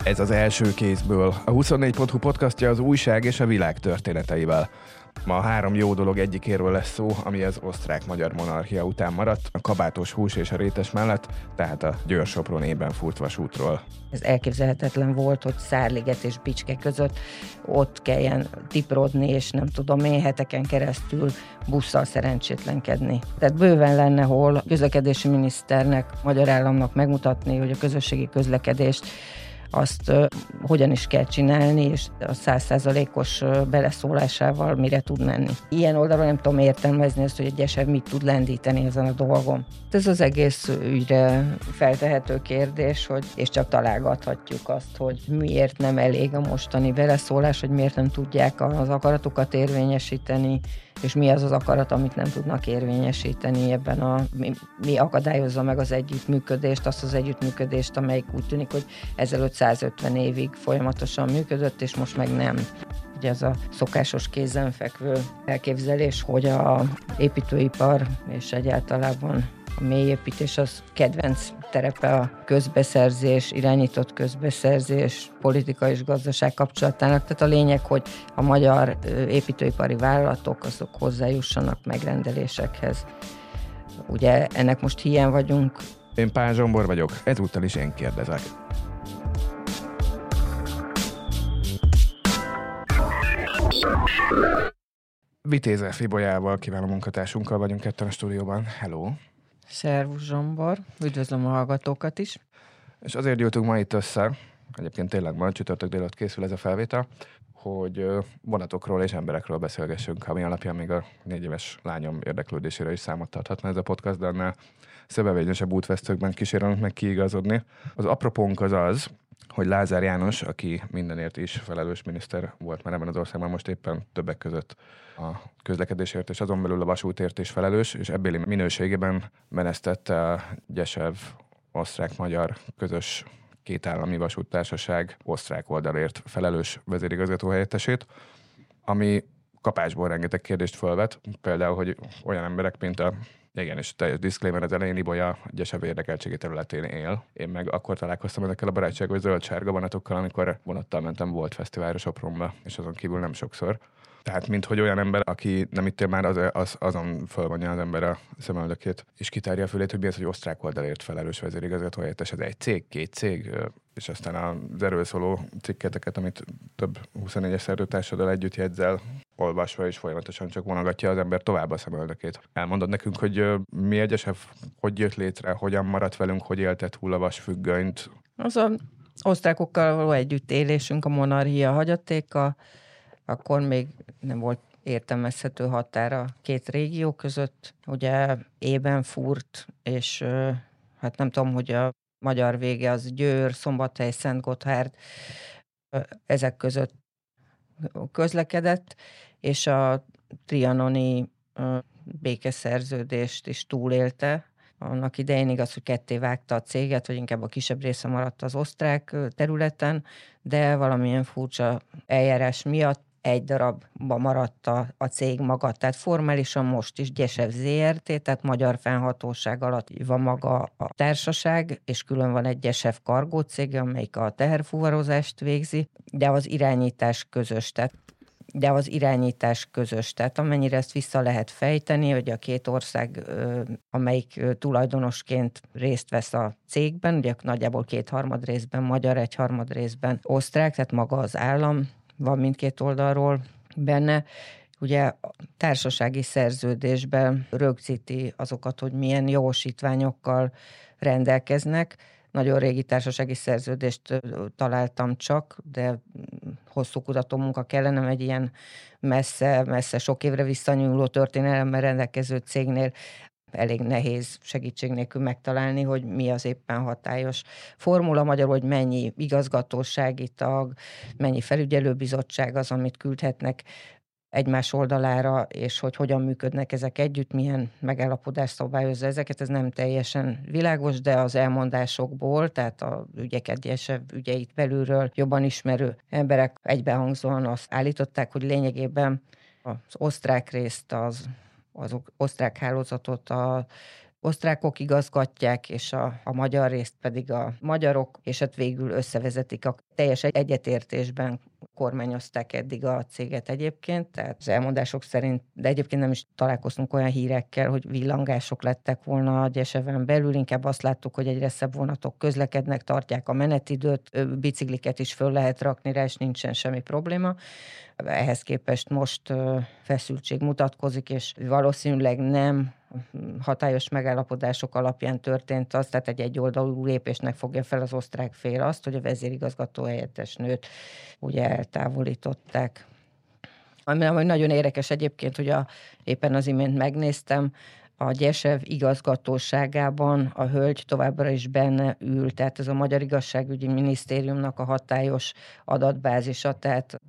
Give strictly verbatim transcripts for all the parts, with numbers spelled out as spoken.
Ez az első kézből. A huszonnégy pont hu podcastja az újság és a világ történeteivel. Ma a három jó dolog egyikéről lesz szó, ami az osztrák-magyar monarchia után maradt, a kabátos hús és a rétes mellett, tehát a Győr-Sopron ében furt vasútról. Ez elképzelhetetlen volt, hogy Szárliget és Bicske között ott kelljen tiprodni, és nem tudom én heteken keresztül busszal szerencsétlenkedni. Tehát bőven lenne hol a közlekedési miniszternek, magyar államnak megmutatni, hogy a közösségi közlekedést azt uh, hogyan is kell csinálni, és a száz százalékos uh, beleszólásával mire tud menni. Ilyen oldalról nem tudom értelmezni azt, hogy egy esev mit tud lendíteni ezen a dolgon. Ez az egész ügyre feltehető kérdés, hogy, és csak találgathatjuk azt, hogy miért nem elég a mostani beleszólás, hogy miért nem tudják az akaratukat érvényesíteni, és mi az az akarat, amit nem tudnak érvényesíteni ebben a... Mi, mi akadályozza meg az együttműködést, azt az együttműködést, amelyik úgy tűnik, hogy ezelőtt százötven évig folyamatosan működött, és most meg nem. Ugye ez a szokásos kézenfekvő elképzelés, hogy a építőipar és egyáltalában a mélyépítés az kedvenc terepe a közbeszerzés, irányított közbeszerzés, politika és gazdaság kapcsolatának. Tehát a lényeg, hogy a magyar építőipari vállalatok azok hozzájussanak megrendelésekhez. Ugye ennek most hiány vagyunk. Én Pál Zsombor vagyok, ezúttal is én kérdezek. Vitéz F. Ibolyával, kiváló munkatársunkkal vagyunk ketten a stúdióban. Hello! Szervusz Zsombor, üdvözlöm a hallgatókat is. És azért gyűltünk ma itt össze, egyébként tényleg ma csütörtök délután készül ez a felvétel, hogy vonatokról és emberekről beszélgessünk, ami alapján még a négy éves lányom érdeklődésére is számot tarthatna ez a podcast, de annál szövevényesebb útvesztőkben kísérelünk meg kiigazodni. Az apropónk az az, hogy Lázár János, aki mindenért is felelős miniszter volt már ebben az országban, most éppen többek között a közlekedésért és azon belül a vasútért is felelős, és ebbéli minőségében menesztette a Gyesev osztrák-magyar közös kétállami vasúttársaság osztrák oldalért felelős vezérigazgató helyettesét, ami kapásból rengeteg kérdést fölvet, például, hogy olyan emberek, mint a igen, és teljes disclaimer az elején, Ibolya Gyesev érdekeltségi területén él. Én meg akkor találkoztam ezekkel a barátságos zöld-sárga vonatokkal, amikor vonattal mentem Volt Fesztiválra Sopronba, és azon kívül nem sokszor. Tehát, mint hogy olyan ember, aki nem itt él már, az, az, azon fölvonja az ember a szemöldökét, és kitárja a fülét, hogy mi az, hogy osztrák oldalért felelős vezérigazgató helyettes. Ez egy cég, két cég, és aztán az erről szóló cikketeket, amit több huszonnégyes szerzőtársaddal együtt jegyzel, olvasva és folyamatosan csak vonogatja az ember tovább a szemöldökét. Elmondod nekünk, hogy mi egyesev, hogy jött létre, hogyan maradt velünk, hogy éltet túl a vasfüggönyt? Az az osztrákokkal való együttélésünk, a monarchia hagyatéka, akkor még nem volt értelmezhető határa két régió között. Ugye ében furt, és hát nem tudom, hogy a magyar vége az Győr, Szombathely, Szentgotthárd, ezek között közlekedett, és a trianoni békeszerződést is túlélte. Annak idején igaz, hogy ketté vágta a céget, vagy inkább a kisebb része maradt az osztrák területen, de valamilyen furcsa eljárás miatt egy darabba maradt a, a cég maga, tehát formálisan most is Gyesev zé er té, tehát magyar fennhatóság alatt van maga a társaság, és külön van egy Gyesev Cargo cége, amelyik a teherfuvarozást végzi, de az irányítás közös, tehát de az irányítás közös. Tehát amennyire ezt vissza lehet fejteni, hogy a két ország, amelyik tulajdonosként részt vesz a cégben, ugye nagyjából kétharmad részben magyar, egyharmad részben osztrák, tehát maga az állam van mindkét oldalról benne. Ugye a társasági szerződésben rögzíti azokat, hogy milyen jogosítványokkal rendelkeznek. Nagyon régi társasági szerződést találtam csak, de hosszú kutatómunka kellene, egy ilyen messze, messze sok évre visszanyúló történelemmel rendelkező cégnél elég nehéz segítség nélkül megtalálni, hogy mi az éppen hatályos formula, magyarul, hogy mennyi igazgatósági tag, mennyi felügyelőbizottság az, amit küldhetnek egymás oldalára, és hogy hogyan működnek ezek együtt, milyen megállapodás szabályozza ezeket, ez nem teljesen világos, de az elmondásokból, tehát a ügyeket, Gyesev ügyeit belülről jobban ismerő emberek egybehangzóan azt állították, hogy lényegében az osztrák részt, az, az osztrák hálózatot a osztrákok igazgatják, és a, a magyar részt pedig a magyarok, és hát végül összevezetik a teljes egyetértésben kormányozták eddig a céget egyébként, tehát az elmondások szerint, de egyébként nem is találkoztunk olyan hírekkel, hogy villangások lettek volna a Gyeseven belül, inkább azt láttuk, hogy egyre szebb vonatok közlekednek, tartják a menetidőt, bicikliket is föl lehet rakni rá, és nincsen semmi probléma. Ehhez képest most feszültség mutatkozik, és valószínűleg nem hatályos megállapodások alapján történt az, tehát egy egyoldalú lépésnek fogja fel az osztrák fél azt, hogy a vezérigazgató helyettes nőt ugye eltávolították. Ami, ami nagyon érdekes egyébként, hogy a, éppen az imént megnéztem, a Gyesev igazgatóságában a hölgy továbbra is benne ül, tehát ez a Magyar Igazságügyi Minisztériumnak a hatályos adatbázisa, tehát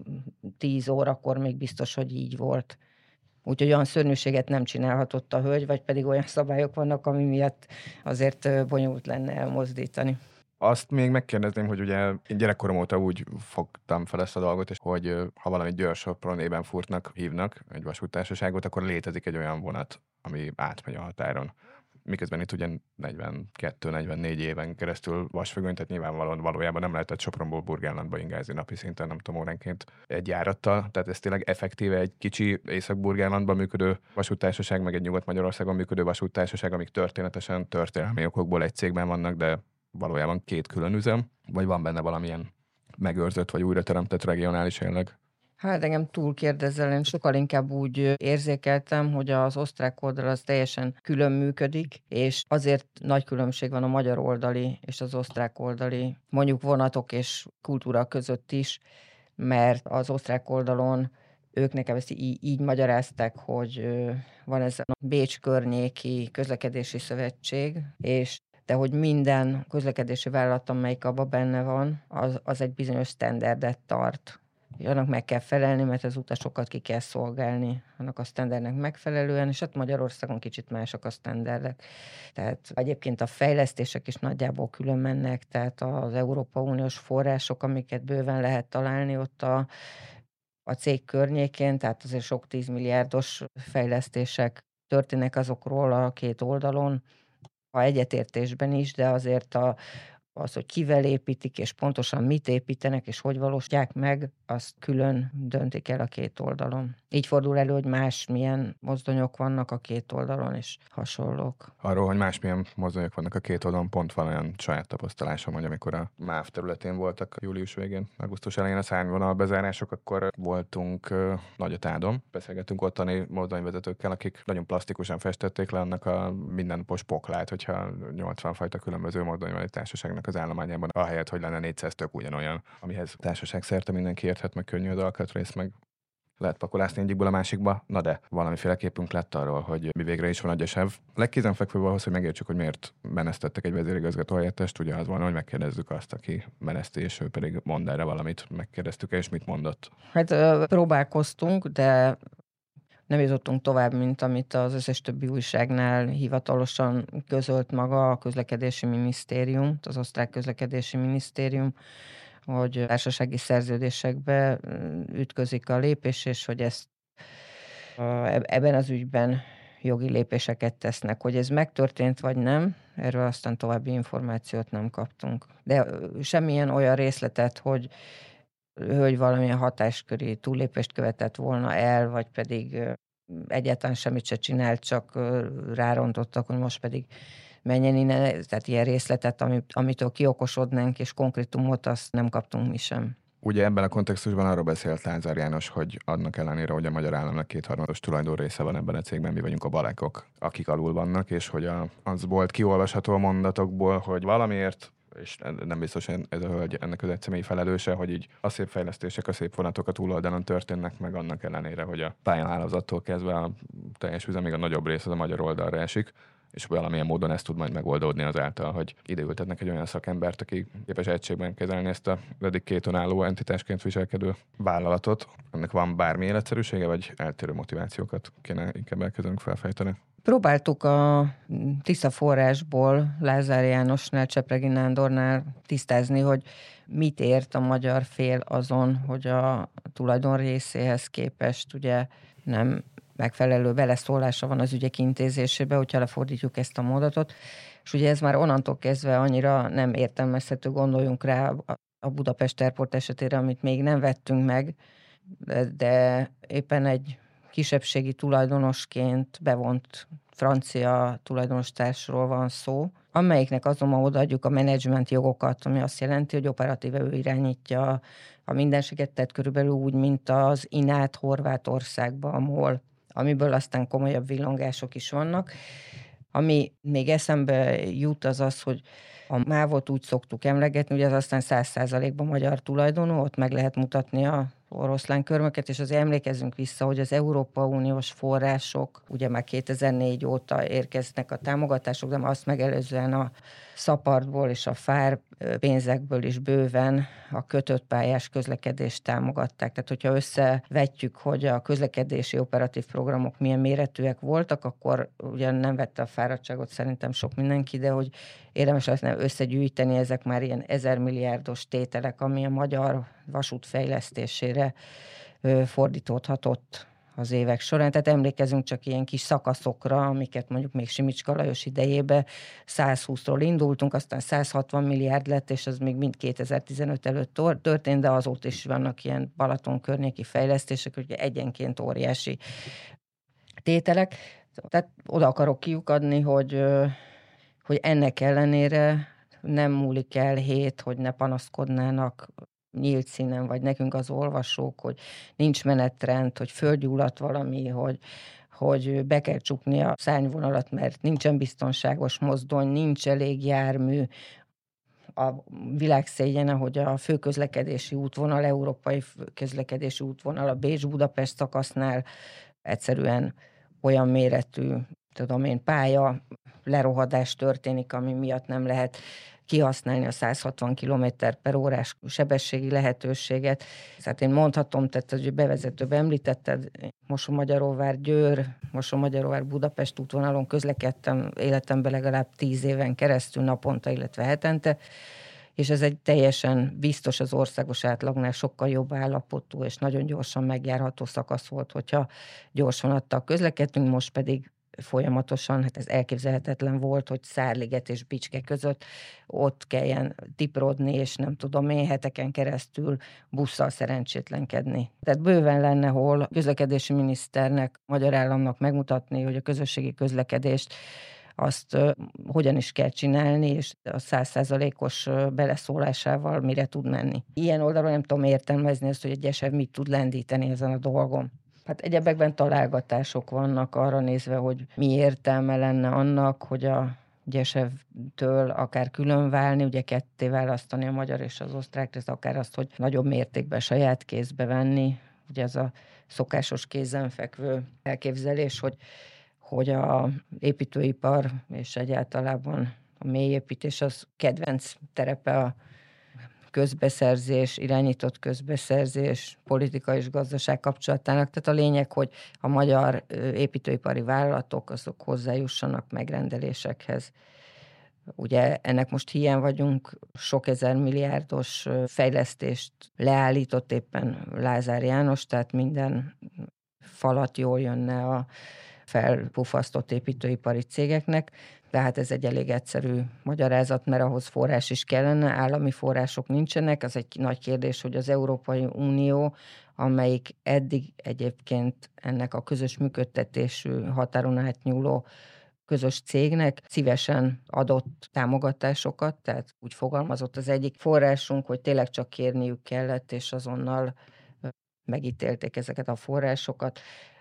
tíz órakor még biztos, hogy így volt. Úgyhogy olyan szörnyűséget nem csinálhatott a hölgy, vagy pedig olyan szabályok vannak, ami miatt azért bonyolult lenne elmozdítani. Azt még megkérdezném, hogy ugye én gyerekkorom óta úgy fogtam fel ezt a dolgot, és hogy ha valami Győr-Sopron Ebenfurtnak hívnak egy vasúttársaságot, akkor létezik egy olyan vonat, ami átmegy a határon. Miközben itt ugye negyvenkettő negyvennégy éven keresztül vasfüggöny, tehát nyilvánvalóan valójában nem lehetett Sopronból Burgenlandba ingázni napi szinten, nem tudom, óránként egy járattal. Tehát ez tényleg effektíve egy kicsi Észak-Burgenlandban működő vasúttársaság, meg egy Nyugat-Magyarországon működő vasúttársaság, amik történetesen történelmi okokból egy cégben vannak, de valójában két külön üzem, vagy van benne valamilyen megőrzött vagy újra teremtett regionális jelleg? Hát engem túl kérdezel, én sokkal inkább úgy érzékeltem, hogy az osztrák oldal az teljesen külön működik, és azért nagy különbség van a magyar oldali és az osztrák oldali, mondjuk vonatok és kultúra között is, mert az osztrák oldalon ők nekem ezt így, így magyarázták, hogy van ez a Bécs környéki közlekedési szövetség, és de hogy minden közlekedési vállalat, amelyik abban benne van, az, az egy bizonyos standardet tart. Annak meg kell felelni, mert az utasokat ki kell szolgálni annak a standardnek megfelelően, és hát Magyarországon kicsit mások a standardek. Tehát egyébként a fejlesztések is nagyjából külön mennek, tehát az Európai Uniós források, amiket bőven lehet találni ott a, a cég környékén, tehát azért sok tízmilliárdos fejlesztések történnek azokról a két oldalon, a egyetértésben is, de azért a, az, hogy kivel építik, és pontosan mit építenek, és hogy valósítják meg, azt külön döntik el a két oldalon. Így fordul elő, hogy másmilyen mozdonyok vannak a két oldalon, és hasonlók. Arról, hogy másmilyen mozdonyok vannak a két oldalon, pont van olyan saját tapasztalásom, hogy amikor a MÁV területén voltak július végén, augusztus elején a szárnyvonal bezárások, akkor voltunk uh, Nagyatádon. Beszélgettünk ottani mozdonyvezetőkkel, akik nagyon plastikusan festették le annak a mindennapos poklát, hogyha nyolcvan fajta különböző mozdony társaságnak az állományában, ahelyett, hogy lenne négyszáz tök ugyanolyan, amihez társaság szerte mindenki érthet, meg könnyű az alkatrész, meg lehet pakolászni egyikből a másikba, na de valamiféle képünk lett arról, hogy mi végre is van a Gyesev. Legkézenfekvőbb ahhoz, hogy megértsük, hogy miért menesztettek egy vezérigazgató helyettest, ugye az van, hogy megkérdezzük azt, aki meneszti, és ő pedig mond erre valamit. Megkérdeztük, és mit mondott? Hát próbálkoztunk, de nem jutottunk tovább, mint amit az összes többi újságnál hivatalosan közölt maga a közlekedési minisztérium, az osztrák közlekedési minisztérium, hogy társasági szerződésekbe ütközik a lépés, és hogy ezt ebben az ügyben jogi lépéseket tesznek. Hogy ez megtörtént vagy nem, erről aztán további információt nem kaptunk. De semmilyen olyan részletet, hogy hogy valamilyen hatásköri túllépést követett volna el, vagy pedig egyáltalán semmit se csinált, csak rárontottak, hogy most pedig menjen innen, tehát ilyen részletet, amit, amitől kiokosodnánk, és konkrétumot, azt nem kaptunk mi sem. Ugye ebben a kontextusban arról beszélt Lázár János, hogy annak ellenére, hogy a magyar államnak kétharmados tulajdon része van ebben a cégben, mi vagyunk a balekok, akik alul vannak, és hogy a, az volt kiolvasható a mondatokból, hogy valamiért, és nem biztos, hogy ez a hölgy ennek az egy személyi felelőse, hogy így a szép fejlesztések, a szép vonatok a túloldalon történnek meg annak ellenére, hogy a pályahálózattól kezdve a teljes üzemig a nagyobb rész az a magyar oldalra esik, és valamilyen módon ezt tud majd megoldódni azáltal, hogy ideültetnek egy olyan szakembert, aki képes egységben kezelni ezt a eddig kétonálló entitásként viselkedő vállalatot. Ennek van bármi életszerűsége, vagy eltérő motivációkat kéne inkább elkezdenünk felfejteni? Próbáltuk a tiszta forrásból Lázár Jánosnál, Csepregi Nándornál tisztázni, hogy mit ért a magyar fél azon, hogy a tulajdon részéhez képest ugye nem megfelelő beleszólása van az ügyek intézésébe, hogyha lefordítjuk ezt a mondatot. És ugye ez már onnantól kezdve annyira nem értelmezhető, gondoljunk rá a Budapest Airport esetére, amit még nem vettünk meg, de, de éppen egy kisebbségi tulajdonosként bevont francia tulajdonostársról van szó, amelyiknek azonban odaadjuk a menedzsment jogokat, ami azt jelenti, hogy operatíve ő irányítja a mindenséget, tehát körülbelül úgy, mint az Inát Horvátországban, MOL, amiből aztán komolyabb villongások is vannak. Ami még eszembe jut, az az, hogy a mávot úgy szoktuk emlegetni, hogy az aztán száz százalékban magyar tulajdonú, ott meg lehet mutatni a oroszlán körmöket, és azért emlékezzünk vissza, hogy az Európai Uniós források, ugye már kétezer-négy óta érkeznek a támogatások, de azt megelőzően a szapartból és a fár pénzekből is bőven a kötött pályás közlekedést támogatták. Tehát, hogyha összevetjük, hogy a közlekedési operatív programok milyen méretűek voltak, akkor ugye nem vette a fáradtságot szerintem sok mindenki, de hogy érdemes lenne összegyűjteni, ezek már ilyen ezer milliárdos tételek, ami a magyar vasút fejlesztésére fordítódhatott az évek során. Tehát emlékezünk csak ilyen kis szakaszokra, amiket mondjuk még Simicska Lajos idejében százhúszról indultunk, aztán száz hatvan milliárd lett, és az még mind kétezer-tizenöt előtt történt, de azóta is vannak ilyen Balaton környéki fejlesztések, hogy egyenként óriási tételek. Tehát oda akarok kiukadni, hogy, hogy ennek ellenére nem múlik el hét, hogy ne panaszkodnának nyílt színen, vagy nekünk az olvasók, hogy nincs menetrend, hogy földgyulladt valami, hogy, hogy be kell csukni a szárnyvonalat, mert nincsen biztonságos mozdony, nincs elég jármű. A világ szégyene, hogy a főközlekedési útvonal, európai közlekedési útvonal a Bécs-Budapest szakasznál egyszerűen olyan méretű, tudom én, pálya lerohadás történik, ami miatt nem lehet kihasználni a száz hatvan kilométer per órás sebességi lehetőséget. Tehát én mondhatom, tehát hogy bevezetőben említetted, Mosonmagyaróvár-Győr, Mosonmagyaróvár-Budapest útvonalon közlekedtem életemben legalább tíz éven keresztül naponta, illetve hetente, és ez egy teljesen biztos az országos átlagnál sokkal jobb állapotú és nagyon gyorsan megjárható szakasz volt, hogyha gyorsvonattal közlekedtünk, most pedig folyamatosan, hát ez elképzelhetetlen volt, hogy Szárliget és Bicske között ott kelljen tiprodni, és nem tudom én, heteken keresztül busszal szerencsétlenkedni. Tehát bőven lenne hol a közlekedési miniszternek, magyar államnak megmutatni, hogy a közösségi közlekedést azt uh, hogyan is kell csinálni, és a száz százalékos beleszólásával mire tud menni. Ilyen oldalról nem tudom értelmezni azt, hogy egy esev mit tud lendíteni ezen a dolgon. Hát egyebekben találgatások vannak arra nézve, hogy mi értelme lenne annak, hogy a Gyesevtől akár külön válni, ugye ketté választani a magyar és az osztrák, ez akár azt, hogy nagyobb mértékben saját kézbe venni. Ugye ez a szokásos kézenfekvő elképzelés, hogy, hogy a építőipar és egyáltalában a mélyépítés az kedvenc terepe a közbeszerzés, irányított közbeszerzés, politika és gazdaság kapcsolatának. Tehát a lényeg, hogy a magyar építőipari vállalatok azok hozzájussanak megrendelésekhez. Ugye ennek most hiány vagyunk, sok ezer milliárdos fejlesztést leállított éppen Lázár János, tehát minden falat jól jönne a felpufasztott építőipari cégeknek, de hát ez egy elég egyszerű magyarázat, mert ahhoz forrás is kellene, állami források nincsenek, az egy nagy kérdés, hogy az Európai Unió, amelyik eddig egyébként ennek a közös működtetésű határon átnyúló közös cégnek szívesen adott támogatásokat, tehát úgy fogalmazott az egyik forrásunk, hogy tényleg csak kérniük kellett, és azonnal megítélték ezeket a forrásokat.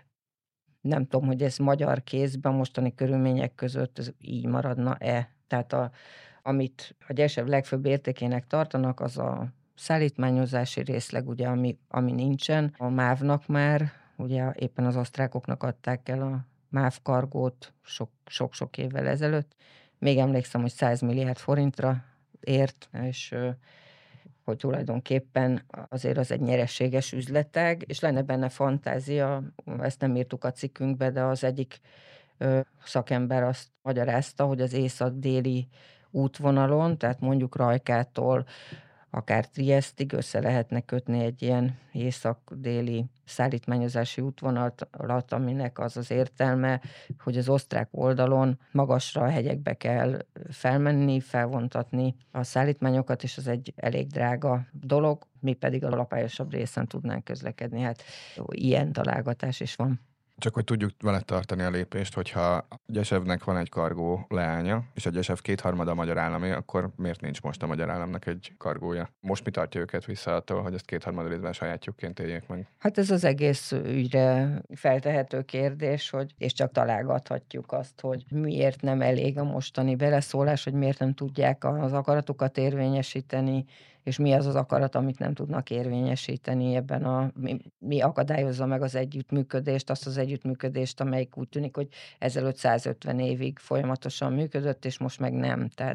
Nem tudom, hogy ez magyar kézben mostani körülmények között ez így maradna-e. Tehát a, amit a Gyesev legfőbb értékének tartanak, az a szállítmányozási részleg, ugye, ami, ami nincsen. A mávnak már, ugye éppen az osztrákoknak adták el a MÁV kargót sok-sok évvel ezelőtt. Még emlékszem, hogy száz milliárd forintra ért, és hogy tulajdonképpen azért az egy nyereséges üzletág, és lenne benne fantázia, ezt nem írtuk a cikkünkbe, de az egyik ö, szakember azt magyarázta, hogy az észak-déli útvonalon, tehát mondjuk Rajkától akár Triesztig össze lehetne kötni egy ilyen észak-déli szállítmányozási útvonalat, aminek az az értelme, hogy az osztrák oldalon magasra a hegyekbe kell felmenni, felvontatni a szállítmányokat, és az egy elég drága dolog, mi pedig a lapályosabb részen tudnánk közlekedni. Hát ilyen találgatás is van. Csak hogy tudjuk vele tartani a lépést, hogyha a Gyesevnek van egy kargó leánya, és a Gyesev kétharmada a magyar állami, akkor miért nincs most a magyar államnak egy kargója? Most mi tartja őket vissza attól, hogy ezt kétharmada részben sajátjukként éljék meg? Hát ez az egész ügyre feltehető kérdés, hogy, és csak találgathatjuk azt, hogy miért nem elég a mostani beleszólás, hogy miért nem tudják az akaratukat érvényesíteni, és mi az az akarat, amit nem tudnak érvényesíteni ebben a, mi, mi akadályozza meg az együttműködést, azt az együttműködést, amelyik úgy tűnik, hogy ezelőtt százötven évig folyamatosan működött, és most meg nem, tehát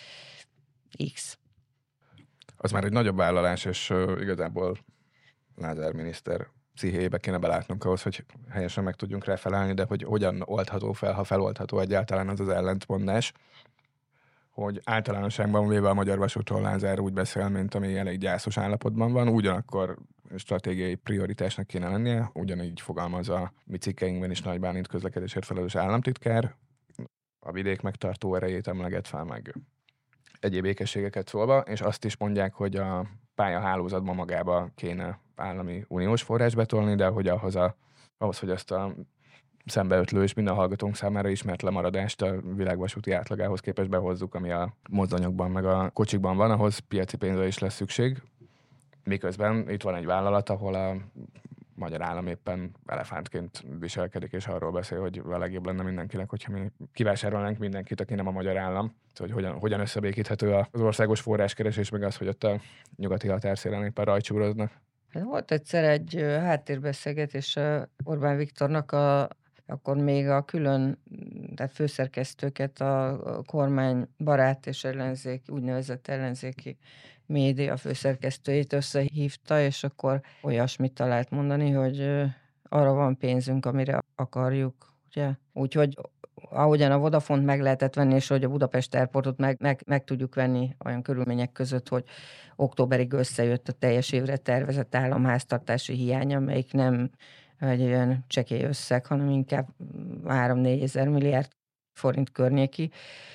X. Az már egy nagyobb vállalás, és uh, igazából Lázár miniszter pszichéjébe kéne belátnunk ahhoz, hogy helyesen meg tudjunk rá felelni, de hogy hogyan oldható fel, ha feloldható egyáltalán az az ellentmondás, hogy általánosságban véve a Magyar Vasútról Lázár úgy beszél, mint ami elég gyászos állapotban van, ugyanakkor stratégiai prioritásnak kéne lennie, ugyanígy fogalmaz a mi cikkeinkben is Nagy Bálint közlekedésért felelős államtitkár, a vidék megtartó erejét emlegetve meg egyéb ékességeket szólva, és azt is mondják, hogy a pályahálózatban magába kéne állami uniós forrás betolni, de hogy ahhoz, a, ahhoz hogy ezt a szembeötlő és minden hallgatónk számára ismert lemaradást a világvasúti átlagához képest behozzuk, ami a mozdonyokban meg a kocsikban van, ahhoz piaci pénzre is lesz szükség. Miközben itt van egy vállalat, ahol a magyar állam éppen elefántként viselkedik, és arról beszél, hogy a legjobb lenne mindenkinek, hogyha mi kivásárolnánk mindenkit, aki nem a magyar állam. Szóval, hogy hogyan, hogyan összebékíthető az országos forráskeresés, meg az, hogy ott a nyugati határszélen éppen rajcsúroznak. Volt egyszer egy háttérbeszélgetés Orbán Viktornak, a, akkor még a külön, tehát főszerkesztőket a kormány barát és ellenzéki, úgynevezett ellenzéki média főszerkesztőjét összehívta, és akkor olyasmit talált mondani, hogy arra van pénzünk, amire akarjuk, ugye? Úgyhogy ahogyan a Vodafont meg lehetett venni, és hogy a Budapest Airportot meg, meg, meg tudjuk venni olyan körülmények között, hogy októberig összejött a teljes évre tervezett államháztartási hiány, amelyik nem egy olyan csekély összeg, hanem inkább három-négy ezer milliárd forint környéki.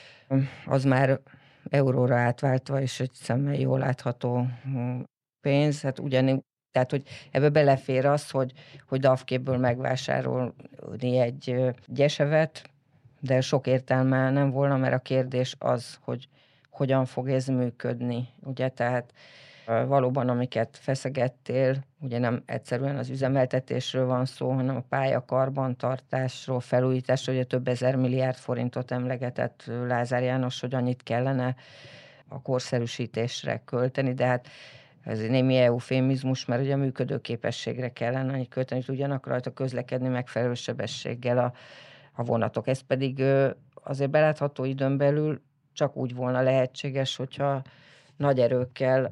Az már euróra átváltva, és egy szemmel jól látható pénz. Hát ugyanígy, tehát, hogy ebbe belefér az, hogy, hogy davkéből megvásárolni egy Gyesevet, de sok értelme nem volna, mert a kérdés az, hogy hogyan fog ez működni. Ugye, tehát valóban, amiket feszegettél, ugye nem egyszerűen az üzemeltetésről van szó, hanem a pályakarbantartásról, felújításról, ugye több ezer milliárd forintot emlegetett Lázár János, hogy annyit kellene a korszerűsítésre költeni, de hát ez egy némi eufémizmus, mert ugye a működőképességre kellene annyit költeni, hogy tudjanak rajta közlekedni megfelelő sebességgel a, a vonatok. Ez pedig azért belátható időn belül csak úgy volna lehetséges, hogyha nagy erőkkel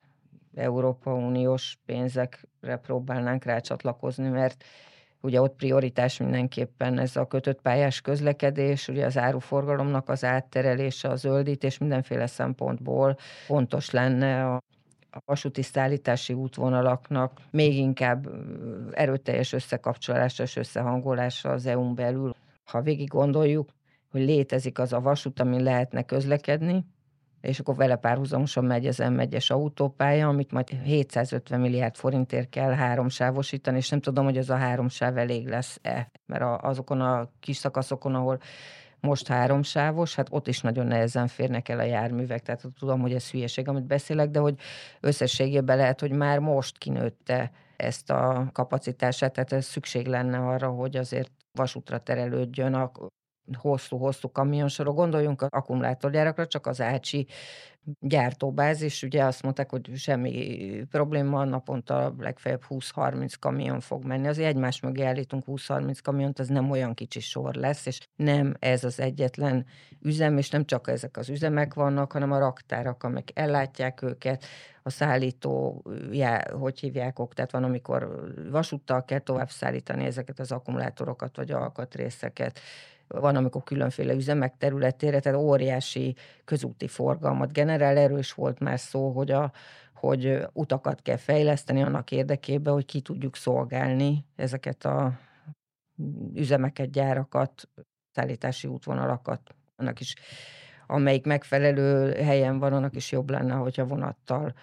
Európa Uniós pénzekre próbálnánk rácsatlakozni, mert ugye ott prioritás mindenképpen ez a kötött pályás közlekedés, ugye az áruforgalomnak az átterelése, a zöldítés mindenféle szempontból fontos lenne a a vasúti szállítási útvonalaknak még inkább erőteljes összekapcsolása és összehangolása az é u-n belül. Ha végig gondoljuk, hogy létezik az a vasút, amin lehetne közlekedni, és akkor vele párhuzamosan megy az em egyes autópálya, amit majd hétszázötven milliárd forintért kell háromsávosítani, és nem tudom, hogy az a három sáv elég lesz-e, mert azokon a kis szakaszokon, ahol most háromsávos, hát ott is nagyon nehezen férnek el a járművek, tehát tudom, hogy ez hülyeség, amit beszélek, de hogy összességében lehet, hogy már most kinőtte ezt a kapacitását, tehát ez szükség lenne arra, hogy azért vasútra terelődjön a hosszú-hosszú kamionsorok. Gondoljunk az akkumulátorgyárakra, csak az Ácsi gyártóbázis, ugye azt mondták, hogy semmi probléma, naponta legfeljebb húsz-harminc kamion fog menni. Azért egymás mögé állítunk húsz-harminc kamiont, az nem olyan kicsi sor lesz, és nem ez az egyetlen üzem, és nem csak ezek az üzemek vannak, hanem a raktárak, amik ellátják őket, a szállító, já, hogy hívják, tehát van, amikor vasúttal kell tovább szállítani ezeket az akkumulátorokat, vagy alkatrészeket, van, amikor különféle üzemek területére, tehát óriási közúti forgalmat generál, generál erős volt már szó, hogy, a, hogy utakat kell fejleszteni annak érdekében, hogy ki tudjuk szolgálni ezeket a üzemeket, gyárakat, szállítási útvonalakat. Annak is, amelyik megfelelő helyen van, annak is jobb lenne, hogyha vonattal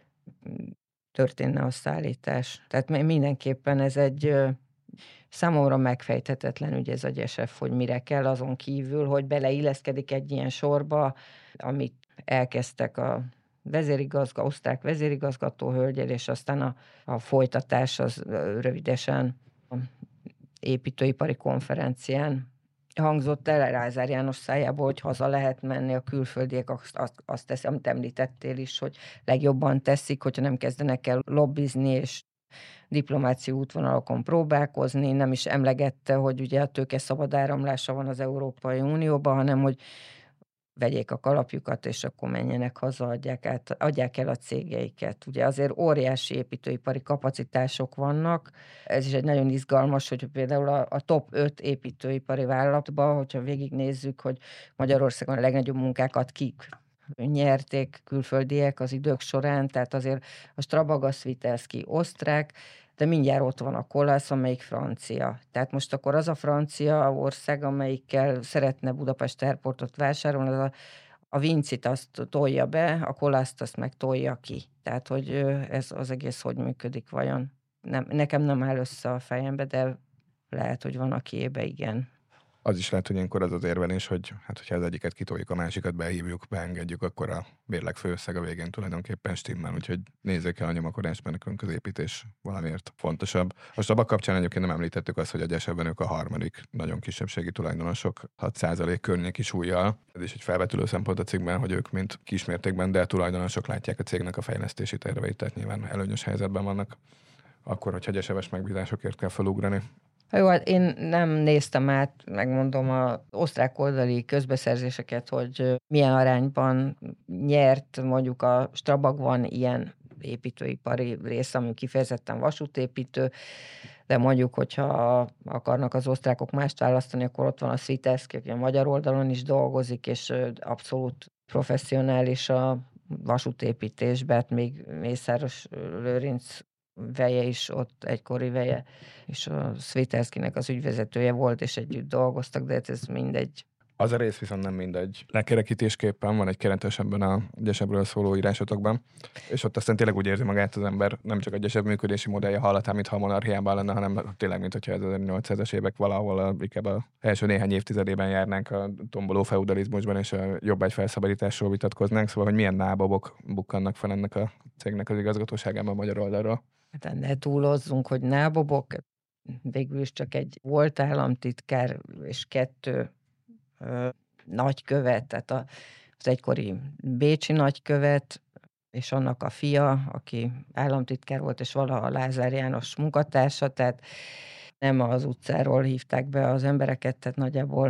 történne a szállítás. Tehát mindenképpen ez egy számomra megfejthetetlen ügy ez a GYESEF, hogy mire kell, azon kívül, hogy beleilleszkedik egy ilyen sorba, amit elkezdtek a vezérigazgató, osztrák vezérigazgató hölgyel, és aztán a, a folytatás az rövidesen a építőipari konferencián hangzott el Lázár János szájából, hogy haza lehet menni, a külföldiek azt, azt, azt teszik, amit említettél is, hogy legjobban teszik, hogyha nem kezdenek el lobbizni, és diplomáciai útvonalakon próbálkozni, nem is emlegette, hogy ugye a tőke szabad áramlása van az Európai Unióban, hanem hogy vegyék a kalapjukat, és akkor menjenek haza, adják, át, adják el a cégeiket. Ugye azért óriási építőipari kapacitások vannak. Ez is egy nagyon izgalmas, hogy például a, a top öt építőipari vállalatban, hogyha végignézzük, hogy Magyarországon a legnagyobb munkákat kik nyerték külföldiek az idők során, tehát azért a Strabag, a Svitelski osztrák, de mindjárt ott van a Kolász, amelyik francia. Tehát most akkor az a francia ország, amelyikkel szeretne Budapest Airportot vásárolni, az a, a Vincit azt tolja be, a Kolászt azt meg tolja ki. Tehát, hogy ez az egész hogy működik vajon. Nem, nekem nem áll össze a fejembe, de lehet, hogy van, akiébe igen. Az is lehet, hogy ilyenkor az az érvelés, hogy hát, hogyha az egyiket kitoljuk, a másikat behívjuk, beengedjük, akkor a bérleg főösszeg a végén tulajdonképpen stimmel, úgyhogy nézzék el a nyomakodást, mert nekünk az építés valamiért fontosabb. A Strabag kapcsán egyébként nem említettük azt, hogy a GYESEF-ben ők a harmadik nagyon kisebbségi tulajdonosok, hat százalék környéki súllyal. Ez is egy felvetülő szempont a cikkben, hogy ők mint kismértékben, de tulajdonosok látják a cégnek a fejlesztési terveit, tehát nyilván előnyös helyzetben vannak, akkor, hogyha GYESEF-es megbízásokért kell felugrani. Jó, hát én nem néztem át, megmondom, az osztrák oldali közbeszerzéseket, hogy milyen arányban nyert, mondjuk a Strabagban ilyen építőipari rész, ami kifejezetten vasútépítő, de mondjuk, hogyha akarnak az osztrákok mást választani, akkor ott van a Svitelski, aki a magyar oldalon is dolgozik, és abszolút professzionális a vasútépítésben, hát még Mészáros Lőrinc veje is ott, egykori veje, és a Svitelskinek az ügyvezetője volt, és együtt dolgoztak, de ez mindegy. Az a rész viszont nem mindegy. Lekerekítésképpen van egy keretes ebben a GYESEF-ről szóló írásotokban, és ott aztán tényleg úgy érzi magát az ember, nem csak a GYESEF működési modellje hallatán, mintha a monarchiában lenne, hanem tényleg, mint hogyha az ezernyolcszázas évek valahol a, inkább az első néhány évtizedében járnánk a tomboló feudalizmusban, és a jobbágy felszabadításról vitatkoznánk, szóval, hogy milyen nábabok bukkannak fel ennek a cégnek az igazgatóságában a magyar oldalról. Hát ne túlozzunk, hogy nábabok, végül is csak egy volt államtitkár és kettő ö, nagykövet, tehát a, az egykori bécsi nagykövet, és annak a fia, aki államtitkár volt, és valaha Lázár János munkatársa, tehát nem az utcáról hívták be az embereket, tehát nagyjából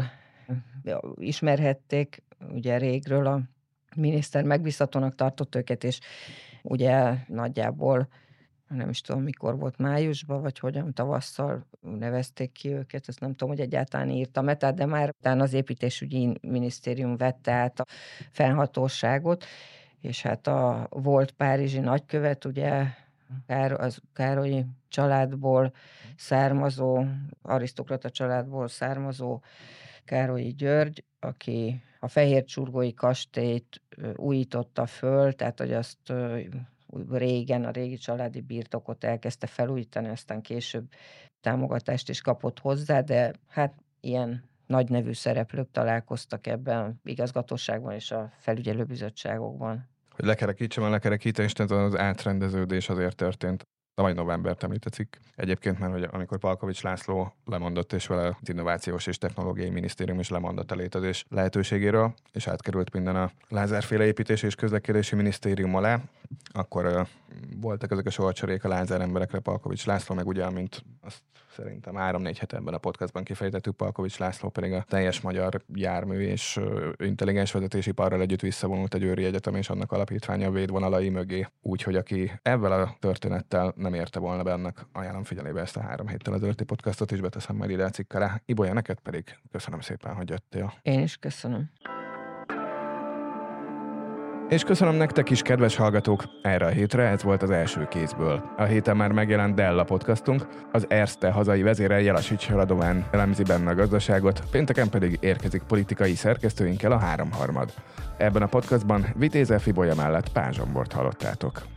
ismerhették, ugye régről a miniszter megbízhatónak tartott őket, és ugye nagyjából nem is tudom, mikor volt, májusban, vagy hogyan, tavasszal nevezték ki őket, ezt nem tudom, hogy egyáltalán írtam-e, tehát de már utána az építésügyi minisztérium vette át a fennhatóságot, és hát a volt párizsi nagykövet, ugye az Károlyi családból származó, arisztokrata családból származó Károlyi György, aki a Fehércsurgói kastélyt újította föl, tehát hogy azt régen a régi családi birtokot elkezdte felújítani, aztán később támogatást is kapott hozzá, de hát ilyen nagy nevű szereplők találkoztak ebben a igazgatóságban és a felügyelőbizottságokban. Hogy lekerekítsem a lekerekítést, ez az átrendeződés azért történt. Tavaly novembert említ a cikk. Egyébként már, hogy amikor Palkovics László lemondott, és vele az Innovációs és Technológiai Minisztérium is lemondott a létezés lehetőségéről, és átkerült minden a Lázár-féle építés és közlekedési minisztérium alá, akkor uh, voltak ezek a sorcserék a Lázár emberekre, Palkovics László, meg ugye, mint azt szerintem három-négy hete ebben a podcastban kifejtettük, Palkovics László pedig a teljes magyar jármű és uh, intelligens vezetésiparral együtt visszavonult egy Győri Egyetem és annak alapítványa védvonalai mögé. Úgyhogy aki ezzel a történettel nem érte volna be, annak ajánlom figyelébe ezt a három héttel ezelőtti podcastot is, beteszem majd ide a cikk alá. Ibolya, neked pedig köszönöm szépen, hogy jöttél. Én is köszönöm. És köszönöm nektek is, kedves hallgatók! Erre a hétre ez volt az első kézből. A héten már megjelent Della podcastunk, az Erste hazai vezére Jelasics Radován elemzi benne a gazdaságot, pénteken pedig érkezik politikai szerkesztőinkkel a Háromharmad. Ebben a podcastban Vitéz Efi Bolya mellett Pázs Zsombort hallottátok.